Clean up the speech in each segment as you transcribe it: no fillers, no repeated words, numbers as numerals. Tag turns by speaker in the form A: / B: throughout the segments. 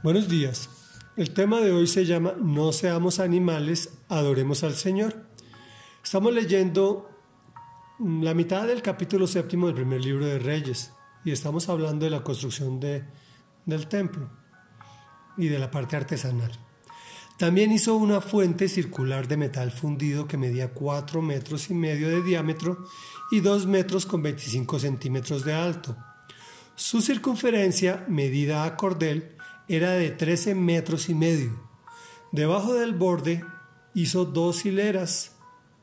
A: Buenos días. El tema de hoy se llama No seamos animales, adoremos al Señor. Estamos leyendo la mitad del capítulo 7 del primer libro de Reyes y estamos hablando de la construcción del templo y de la parte artesanal. También hizo una fuente circular de metal fundido que medía 4,5 metros de diámetro y 2 metros con 25 centímetros de alto. Su circunferencia, medida a cordel, era de 13,5 metros. Debajo del borde hizo 2 hileras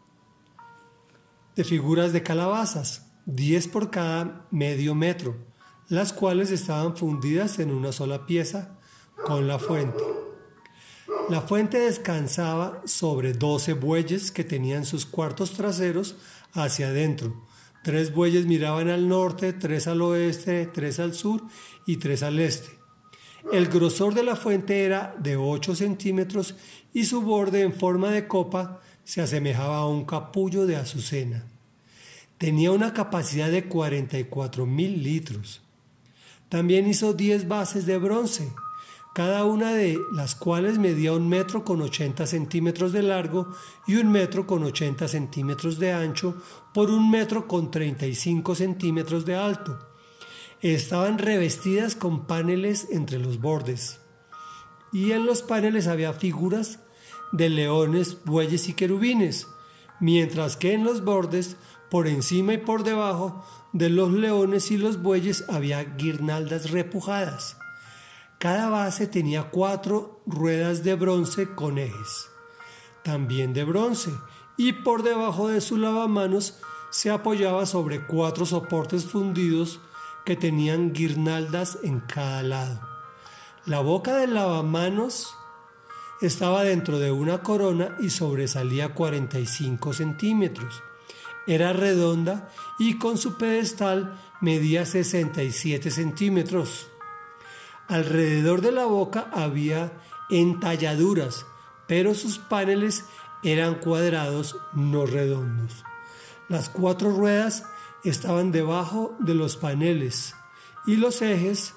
A: de figuras de calabazas, 10 por cada medio metro, las cuales estaban fundidas en una sola pieza con la fuente. La fuente descansaba sobre 12 bueyes que tenían sus cuartos traseros hacia adentro. 3 bueyes miraban al norte, 3 al oeste, 3 al sur y 3 al este. El grosor de la fuente era de 8 centímetros y su borde en forma de copa se asemejaba a un capullo de azucena. Tenía una capacidad de 44,000 litros. También hizo 10 bases de bronce, cada una de las cuales medía 1 metro con 80 centímetros de largo y 1 metro con 80 centímetros de ancho por 1 metro con 35 centímetros de alto. Estaban revestidas con paneles entre los bordes, y en los paneles había figuras de leones, bueyes y querubines, mientras que en los bordes, por encima y por debajo de los leones y los bueyes, había guirnaldas repujadas. Cada base tenía 4 ruedas de bronce con ejes, también de bronce, y por debajo de su lavamanos se apoyaba sobre 4 soportes fundidos que tenían guirnaldas en cada lado. La boca del lavamanos estaba dentro de una corona y sobresalía 45 centímetros. Era redonda y con su pedestal medía 67 centímetros. Alrededor de la boca había entalladuras, pero sus paneles eran cuadrados, no redondos. Las 4 ruedas estaban debajo de los paneles y los ejes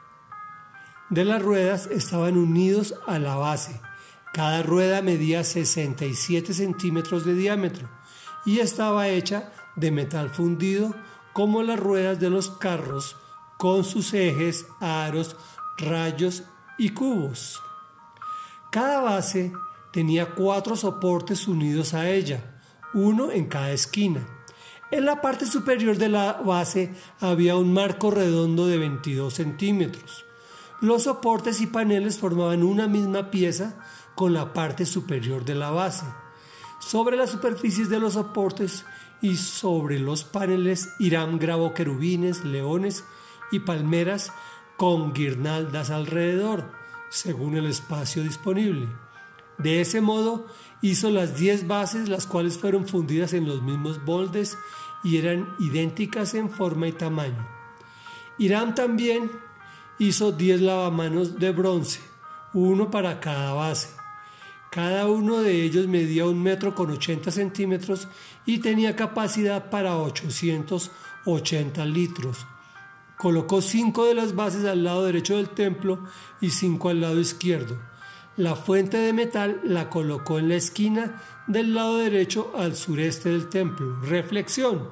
A: de las ruedas estaban unidos a la base. Cada rueda medía 67 centímetros de diámetro y estaba hecha de metal fundido como las ruedas de los carros, con sus ejes, aros, rayos y cubos. Cada base tenía 4 soportes unidos a ella, uno en cada esquina. En la parte superior de la base había un marco redondo de 22 centímetros. Los soportes y paneles formaban una misma pieza con la parte superior de la base. Sobre las superficies de los soportes y sobre los paneles, Hiram grabó querubines, leones y palmeras con guirnaldas alrededor, según el espacio disponible. De ese modo hizo las 10 bases, las cuales fueron fundidas en los mismos moldes y eran idénticas en forma y tamaño. Hiram también hizo 10 lavamanos de bronce, uno para cada base. Cada uno de ellos medía 1 metro con 80 centímetros y tenía capacidad para 880 litros. Colocó 5 de las bases al lado derecho del templo y 5 al lado izquierdo. La fuente de metal la colocó en la esquina del lado derecho al sureste del templo. Reflexión.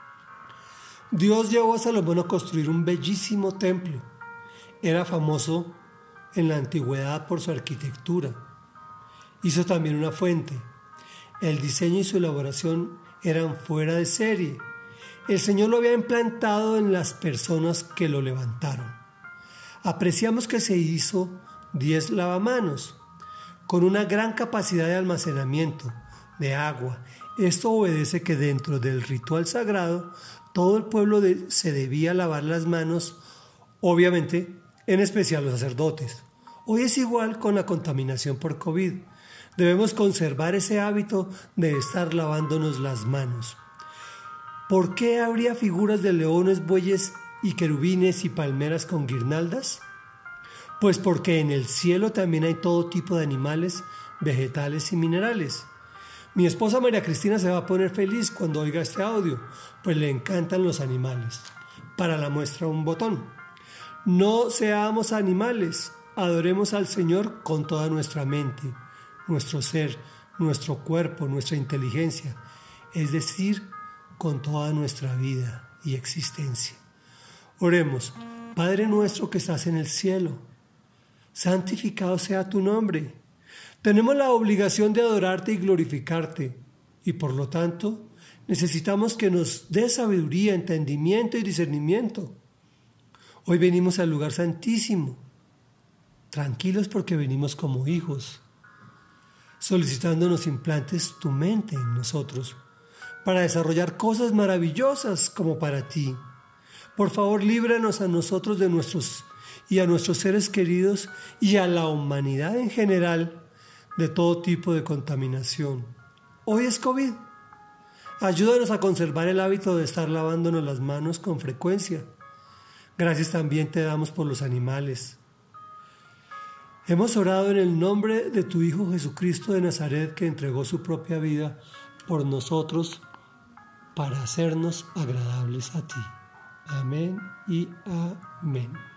A: Dios llevó a Salomón a construir un bellísimo templo. Era famoso en la antigüedad por su arquitectura. Hizo también una fuente. El diseño y su elaboración eran fuera de serie. El Señor lo había implantado en las personas que lo levantaron. Apreciamos que se hizo 10 lavamanos, con una gran capacidad de almacenamiento de agua. Esto obedece que dentro del ritual sagrado, todo el pueblo se debía lavar las manos, obviamente, en especial los sacerdotes. Hoy es igual con la contaminación por COVID. Debemos conservar ese hábito de estar lavándonos las manos. ¿Por qué habría figuras de leones, bueyes y querubines y palmeras con guirnaldas? Pues porque en el cielo también hay todo tipo de animales, vegetales y minerales. Mi esposa María Cristina se va a poner feliz cuando oiga este audio, pues le encantan los animales. Para la muestra un botón. No seamos animales, adoremos al Señor con toda nuestra mente, nuestro ser, nuestro cuerpo, nuestra inteligencia, es decir, con toda nuestra vida y existencia. Oremos. Padre nuestro que estás en el cielo, santificado sea tu nombre. Tenemos la obligación de adorarte y glorificarte, y por lo tanto necesitamos que nos des sabiduría, entendimiento y discernimiento. Hoy venimos al lugar santísimo, tranquilos porque venimos como hijos, solicitándonos implantes tu mente en nosotros, para desarrollar cosas maravillosas como para ti. Por favor, líbranos a nosotros de nuestros y a nuestros seres queridos y a la humanidad en general de todo tipo de contaminación. Hoy es COVID. Ayúdanos a conservar el hábito de estar lavándonos las manos con frecuencia. Gracias también te damos por los animales. Hemos orado en el nombre de tu Hijo Jesucristo de Nazaret, que entregó su propia vida por nosotros para hacernos agradables a ti. Amén y amén.